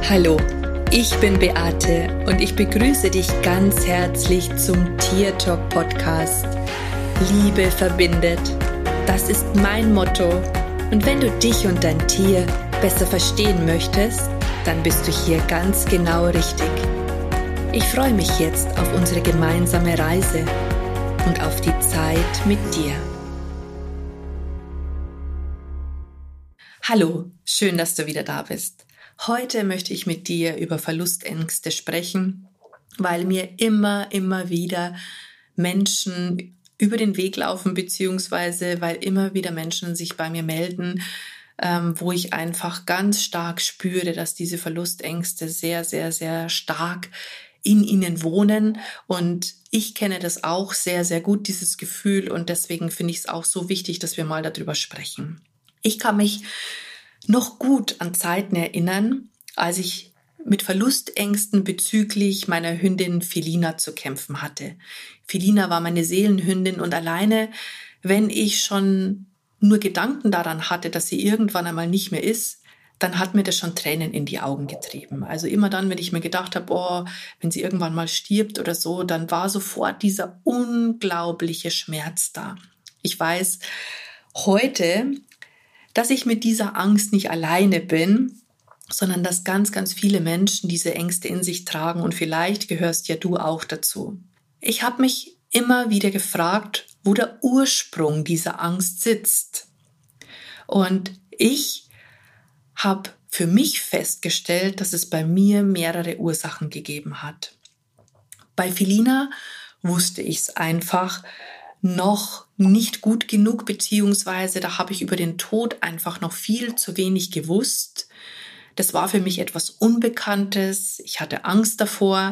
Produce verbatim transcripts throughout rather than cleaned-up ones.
Hallo, ich bin Beate und ich begrüße dich ganz herzlich zum Tier Talk Podcast. Liebe verbindet, das ist mein Motto. Und wenn du dich und dein Tier besser verstehen möchtest, dann bist du hier ganz genau richtig. Ich freue mich jetzt auf unsere gemeinsame Reise und auf die Zeit mit dir. Hallo, schön, dass du wieder da bist. Heute möchte ich mit dir über Verlustängste sprechen, weil mir immer, immer wieder Menschen über den Weg laufen, beziehungsweise weil immer wieder Menschen sich bei mir melden, ähm, wo ich einfach ganz stark spüre, dass diese Verlustängste sehr, sehr, sehr stark in ihnen wohnen. Und ich kenne das auch sehr, sehr gut, dieses Gefühl. Und deswegen finde ich es auch so wichtig, dass wir mal darüber sprechen. Ich kann mich noch gut an Zeiten erinnern, als ich mit Verlustängsten bezüglich meiner Hündin Felina zu kämpfen hatte. Felina war meine Seelenhündin und alleine, wenn ich schon nur Gedanken daran hatte, dass sie irgendwann einmal nicht mehr ist, dann hat mir das schon Tränen in die Augen getrieben. Also immer dann, wenn ich mir gedacht habe, oh, wenn sie irgendwann mal stirbt oder so, dann war sofort dieser unglaubliche Schmerz da. Ich weiß heute, dass ich mit dieser Angst nicht alleine bin, sondern dass ganz, ganz viele Menschen diese Ängste in sich tragen und vielleicht gehörst ja du auch dazu. Ich habe mich immer wieder gefragt, wo der Ursprung dieser Angst sitzt. Und ich habe für mich festgestellt, dass es bei mir mehrere Ursachen gegeben hat. Bei Felina wusste ich es einfach noch nicht gut genug, beziehungsweise da habe ich über den Tod einfach noch viel zu wenig gewusst. Das war für mich etwas Unbekanntes. Ich hatte Angst davor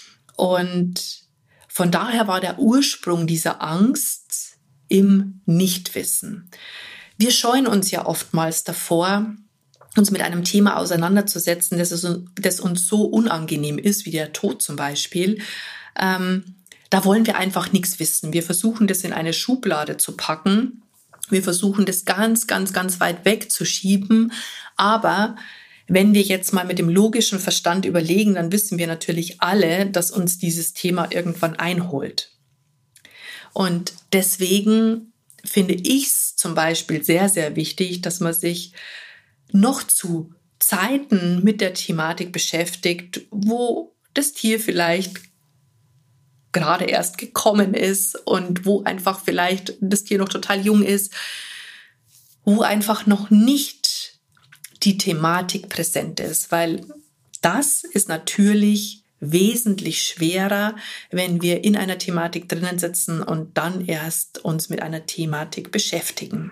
und von daher war der Ursprung dieser Angst im Nichtwissen. Wir scheuen uns ja oftmals davor, uns mit einem Thema auseinanderzusetzen, das, ist, das uns so unangenehm ist, wie der Tod zum Beispiel. Ähm, Da wollen wir einfach nichts wissen. Wir versuchen, das in eine Schublade zu packen. Wir versuchen, das ganz, ganz, ganz weit wegzuschieben. Aber wenn wir jetzt mal mit dem logischen Verstand überlegen, dann wissen wir natürlich alle, dass uns dieses Thema irgendwann einholt. Und deswegen finde ich es zum Beispiel sehr, sehr wichtig, dass man sich noch zu Zeiten mit der Thematik beschäftigt, wo das Tier vielleicht gerade erst gekommen ist und wo einfach vielleicht das Tier noch total jung ist, wo einfach noch nicht die Thematik präsent ist, weil das ist natürlich wesentlich schwerer, wenn wir in einer Thematik drinnen sitzen und dann erst uns mit einer Thematik beschäftigen.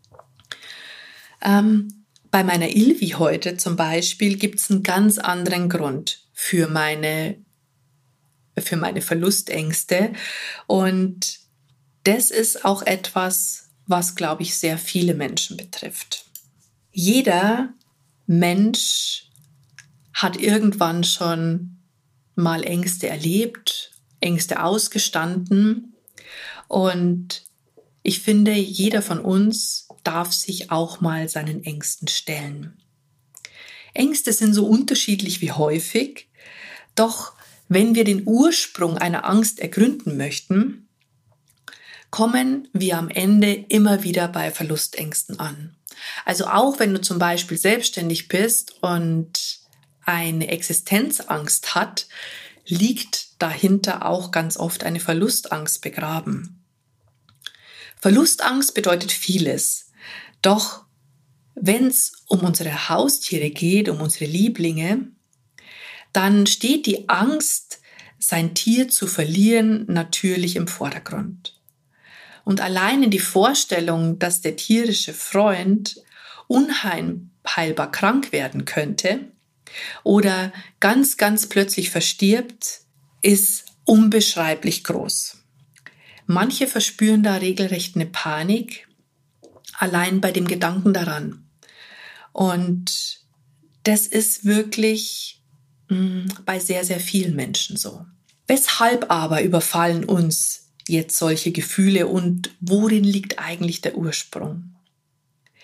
Ähm, bei meiner Ilvi heute zum Beispiel gibt es einen ganz anderen Grund für meine für meine Verlustängste. Und das ist auch etwas, was, glaube ich, sehr viele Menschen betrifft. Jeder Mensch hat irgendwann schon mal Ängste erlebt, Ängste ausgestanden. Und ich finde, jeder von uns darf sich auch mal seinen Ängsten stellen. Ängste sind so unterschiedlich wie häufig, doch wenn wir den Ursprung einer Angst ergründen möchten, kommen wir am Ende immer wieder bei Verlustängsten an. Also auch wenn du zum Beispiel selbstständig bist und eine Existenzangst hat, liegt dahinter auch ganz oft eine Verlustangst begraben. Verlustangst bedeutet vieles, doch wenn es um unsere Haustiere geht, um unsere Lieblinge, dann steht die Angst, sein Tier zu verlieren, natürlich im Vordergrund. Und alleine die Vorstellung, dass der tierische Freund unheilbar krank werden könnte oder ganz, ganz plötzlich verstirbt, ist unbeschreiblich groß. Manche verspüren da regelrecht eine Panik, allein bei dem Gedanken daran. Und das ist wirklich bei sehr, sehr vielen Menschen so. Weshalb aber überfallen uns jetzt solche Gefühle und worin liegt eigentlich der Ursprung?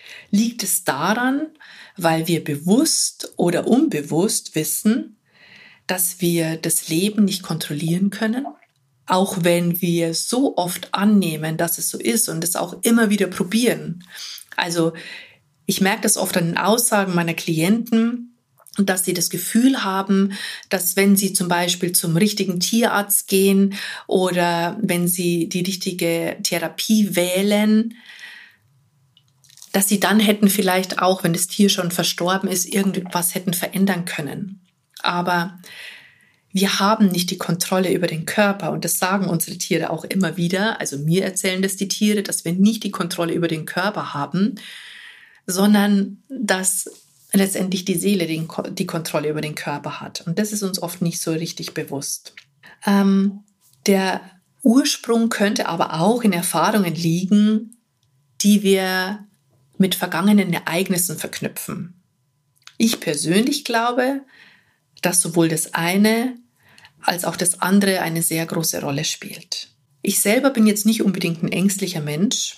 Liegt es daran, weil wir bewusst oder unbewusst wissen, dass wir das Leben nicht kontrollieren können? Auch wenn wir so oft annehmen, dass es so ist und es auch immer wieder probieren. Also ich merke das oft an den Aussagen meiner Klienten, dass sie das Gefühl haben, dass wenn sie zum Beispiel zum richtigen Tierarzt gehen oder wenn sie die richtige Therapie wählen, dass sie dann hätten vielleicht auch, wenn das Tier schon verstorben ist, irgendwas hätten verändern können. Aber wir haben nicht die Kontrolle über den Körper und das sagen unsere Tiere auch immer wieder. Also mir erzählen das die Tiere, dass wir nicht die Kontrolle über den Körper haben, sondern dass letztendlich die Seele die, die Kontrolle über den Körper hat. Und das ist uns oft nicht so richtig bewusst. Ähm, der Ursprung könnte aber auch in Erfahrungen liegen, die wir mit vergangenen Ereignissen verknüpfen. Ich persönlich glaube, dass sowohl das eine als auch das andere eine sehr große Rolle spielt. Ich selber bin jetzt nicht unbedingt ein ängstlicher Mensch,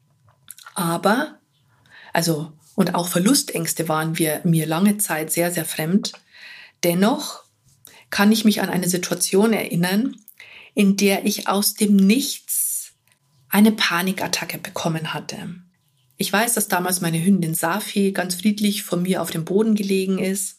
aber, also, und auch Verlustängste waren wir, mir lange Zeit sehr, sehr fremd. Dennoch kann ich mich an eine Situation erinnern, in der ich aus dem Nichts eine Panikattacke bekommen hatte. Ich weiß, dass damals meine Hündin Safi ganz friedlich vor mir auf dem Boden gelegen ist.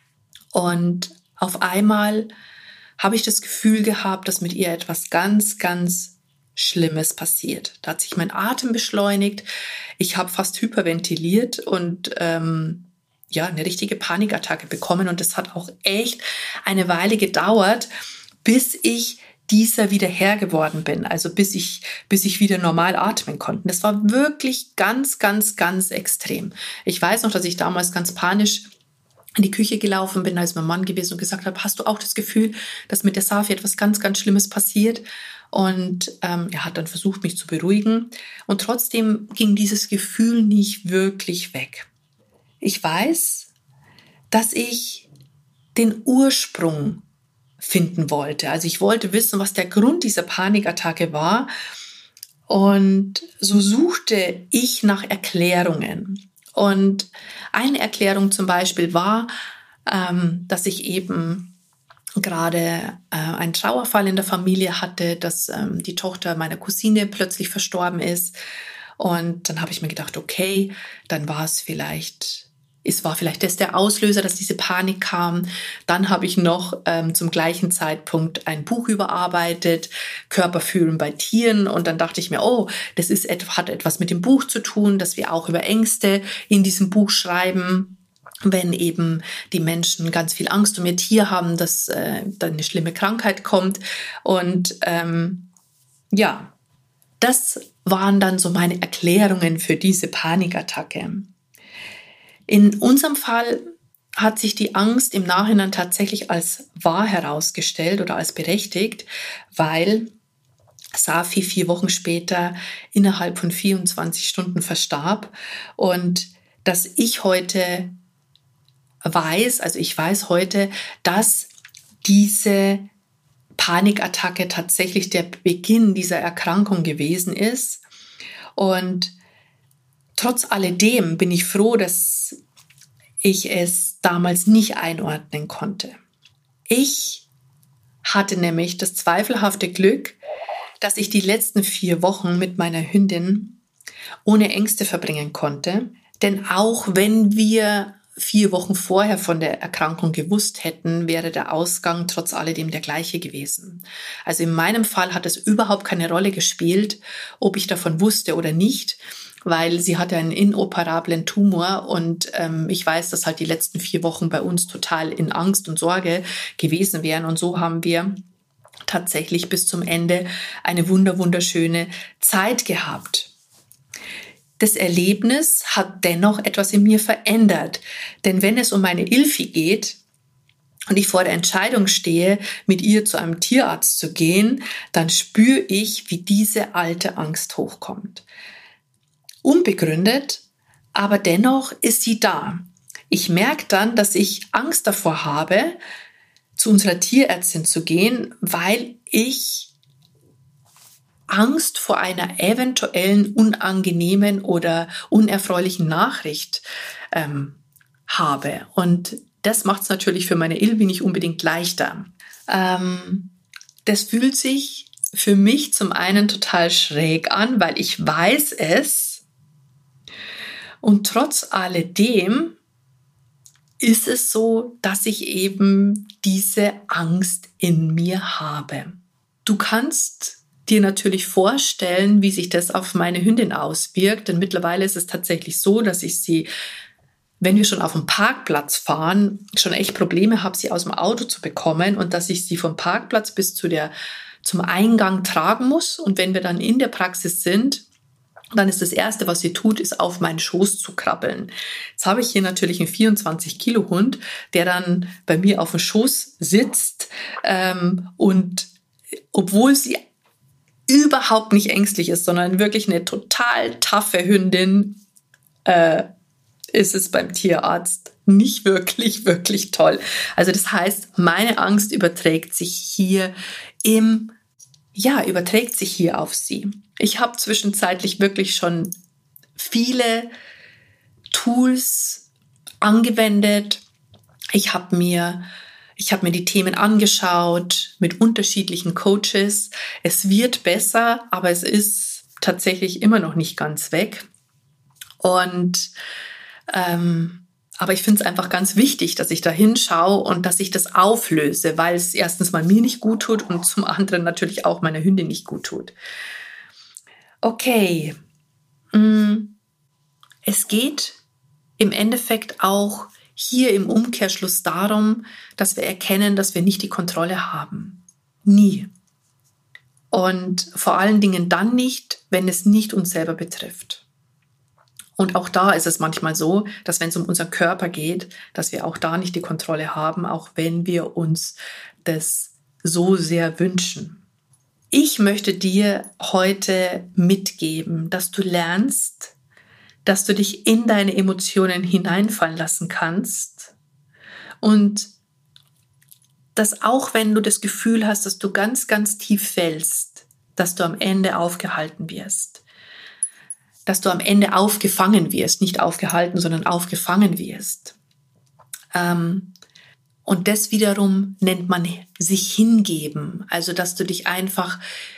Und auf einmal habe ich das Gefühl gehabt, dass mit ihr etwas ganz, ganz Schlimmes passiert. Da hat sich mein Atem beschleunigt. Ich habe fast hyperventiliert und ähm, ja, eine richtige Panikattacke bekommen. Und es hat auch echt eine Weile gedauert, bis ich dieser wieder Herr geworden bin. Also bis ich, bis ich wieder normal atmen konnte. Das war wirklich ganz, ganz, ganz extrem. Ich weiß noch, dass ich damals ganz panisch in die Küche gelaufen bin, als mein Mann gewesen und gesagt habe, hast du auch das Gefühl, dass mit der Safi etwas ganz, ganz Schlimmes passiert? Und ähm, er hat dann versucht, mich zu beruhigen. Und trotzdem ging dieses Gefühl nicht wirklich weg. Ich weiß, dass ich den Ursprung finden wollte. Also ich wollte wissen, was der Grund dieser Panikattacke war. Und so suchte ich nach Erklärungen. Und eine Erklärung zum Beispiel war, ähm, dass ich eben gerade äh, einen Trauerfall in der Familie hatte, dass ähm, die Tochter meiner Cousine plötzlich verstorben ist. Und dann habe ich mir gedacht, okay, dann war es vielleicht, es war vielleicht das der Auslöser, dass diese Panik kam. Dann habe ich noch ähm, zum gleichen Zeitpunkt ein Buch überarbeitet, Körperfühlen bei Tieren. Und dann dachte ich mir, oh, das ist, hat etwas mit dem Buch zu tun, dass wir auch über Ängste in diesem Buch schreiben. Wenn eben die Menschen ganz viel Angst um ihr Tier haben, dass äh, dann eine schlimme Krankheit kommt. Und ähm, ja, das waren dann so meine Erklärungen für diese Panikattacke. In unserem Fall hat sich die Angst im Nachhinein tatsächlich als wahr herausgestellt oder als berechtigt, weil Safi vier Wochen später innerhalb von vierundzwanzig Stunden verstarb und dass ich heute weiß, also ich weiß heute, dass diese Panikattacke tatsächlich der Beginn dieser Erkrankung gewesen ist. Und trotz alledem bin ich froh, dass ich es damals nicht einordnen konnte. Ich hatte nämlich das zweifelhafte Glück, dass ich die letzten vier Wochen mit meiner Hündin ohne Ängste verbringen konnte. Denn auch wenn wir vier Wochen vorher von der Erkrankung gewusst hätten, wäre der Ausgang trotz alledem der gleiche gewesen. Also in meinem Fall hat es überhaupt keine Rolle gespielt, ob ich davon wusste oder nicht, weil sie hatte einen inoperablen Tumor und ähm, ich weiß, dass halt die letzten vier Wochen bei uns total in Angst und Sorge gewesen wären. Und so haben wir tatsächlich bis zum Ende eine wunder wunderschöne Zeit gehabt. Das Erlebnis hat dennoch etwas in mir verändert. Denn wenn es um meine Ilfi geht und ich vor der Entscheidung stehe, mit ihr zu einem Tierarzt zu gehen, dann spüre ich, wie diese alte Angst hochkommt. Unbegründet, aber dennoch ist sie da. Ich merke dann, dass ich Angst davor habe, zu unserer Tierärztin zu gehen, weil ich Angst vor einer eventuellen unangenehmen oder unerfreulichen Nachricht ähm, habe. Und das macht es natürlich für meine Ilvi nicht unbedingt leichter. Ähm, das fühlt sich für mich zum einen total schräg an, weil ich weiß es. Und trotz alledem ist es so, dass ich eben diese Angst in mir habe. Du kannst dir natürlich vorstellen, wie sich das auf meine Hündin auswirkt, denn mittlerweile ist es tatsächlich so, dass ich sie, wenn wir schon auf dem Parkplatz fahren, schon echt Probleme habe, sie aus dem Auto zu bekommen und dass ich sie vom Parkplatz bis zu der, zum Eingang tragen muss. Und wenn wir dann in der Praxis sind, dann ist das Erste, was sie tut, ist auf meinen Schoß zu krabbeln. Jetzt habe ich hier natürlich einen vierundzwanzig Kilo Hund, der dann bei mir auf dem Schoß sitzt ähm, und obwohl sie überhaupt nicht ängstlich ist, sondern wirklich eine total taffe Hündin, äh, ist es beim Tierarzt nicht wirklich, wirklich toll. Also das heißt, meine Angst überträgt sich hier im, ja, überträgt sich hier auf sie. Ich habe zwischenzeitlich wirklich schon viele Tools angewendet. Ich habe mir, ich habe mir die Themen angeschaut mit unterschiedlichen Coaches. Es wird besser, aber es ist tatsächlich immer noch nicht ganz weg. Und ähm, aber ich finde es einfach ganz wichtig, dass ich da hinschaue und dass ich das auflöse, weil es erstens mal mir nicht gut tut und zum anderen natürlich auch meiner Hündin nicht gut tut. Okay, es geht im Endeffekt auch hier im Umkehrschluss darum, dass wir erkennen, dass wir nicht die Kontrolle haben. Nie. Und vor allen Dingen dann nicht, wenn es nicht uns selber betrifft. Und auch da ist es manchmal so, dass wenn es um unseren Körper geht, dass wir auch da nicht die Kontrolle haben, auch wenn wir uns das so sehr wünschen. Ich möchte dir heute mitgeben, dass du lernst, dass du dich in deine Emotionen hineinfallen lassen kannst und dass auch wenn du das Gefühl hast, dass du ganz, ganz tief fällst, dass du am Ende aufgehalten wirst. Dass du am Ende aufgefangen wirst, nicht aufgehalten, sondern aufgefangen wirst. Ähm, und das wiederum nennt man sich hingeben. Also, dass du dich einfach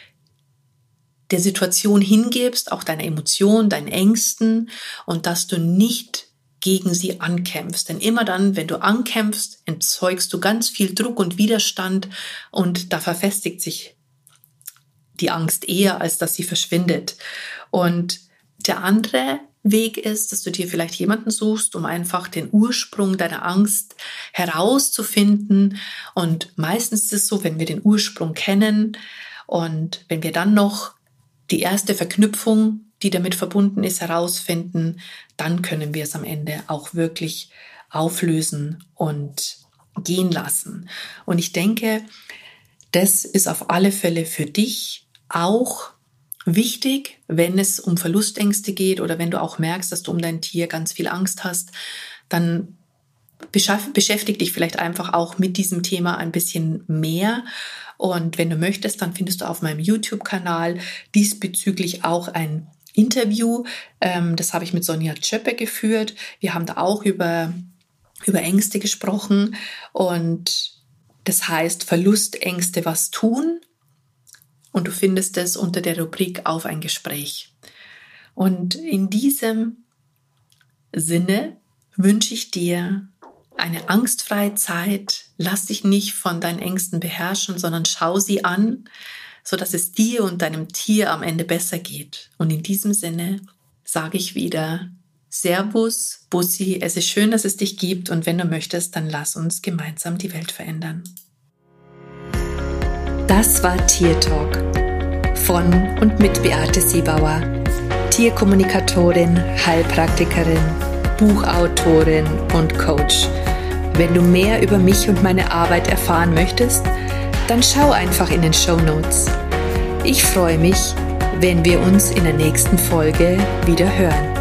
der Situation hingibst, auch deiner Emotion, deinen Ängsten und dass du nicht gegen sie ankämpfst. Denn immer dann, wenn du ankämpfst, erzeugst du ganz viel Druck und Widerstand und da verfestigt sich die Angst eher, als dass sie verschwindet. Und der andere Weg ist, dass du dir vielleicht jemanden suchst, um einfach den Ursprung deiner Angst herauszufinden. Und meistens ist es so, wenn wir den Ursprung kennen und wenn wir dann noch die erste Verknüpfung, die damit verbunden ist, herausfinden, dann können wir es am Ende auch wirklich auflösen und gehen lassen. Und ich denke, das ist auf alle Fälle für dich auch wichtig, wenn es um Verlustängste geht oder wenn du auch merkst, dass du um dein Tier ganz viel Angst hast, dann beschäftige dich vielleicht einfach auch mit diesem Thema ein bisschen mehr. Und wenn du möchtest, dann findest du auf meinem YouTube-Kanal diesbezüglich auch ein Interview. Das habe ich mit Sonja Tschöppe geführt. Wir haben da auch über, über Ängste gesprochen. Und das heißt Verlustängste, was tun? Und du findest es unter der Rubrik auf ein Gespräch. Und in diesem Sinne wünsche ich dir eine angstfreie Zeit. Lass dich nicht von deinen Ängsten beherrschen, sondern schau sie an, sodass es dir und deinem Tier am Ende besser geht. Und in diesem Sinne sage ich wieder Servus, Bussi, es ist schön, dass es dich gibt und wenn du möchtest, dann lass uns gemeinsam die Welt verändern. Das war Tier Talk von und mit Beate Siebauer, Tierkommunikatorin, Heilpraktikerin, Buchautorin und Coach. Wenn du mehr über mich und meine Arbeit erfahren möchtest, dann schau einfach in den Shownotes. Ich freue mich, wenn wir uns in der nächsten Folge wieder hören.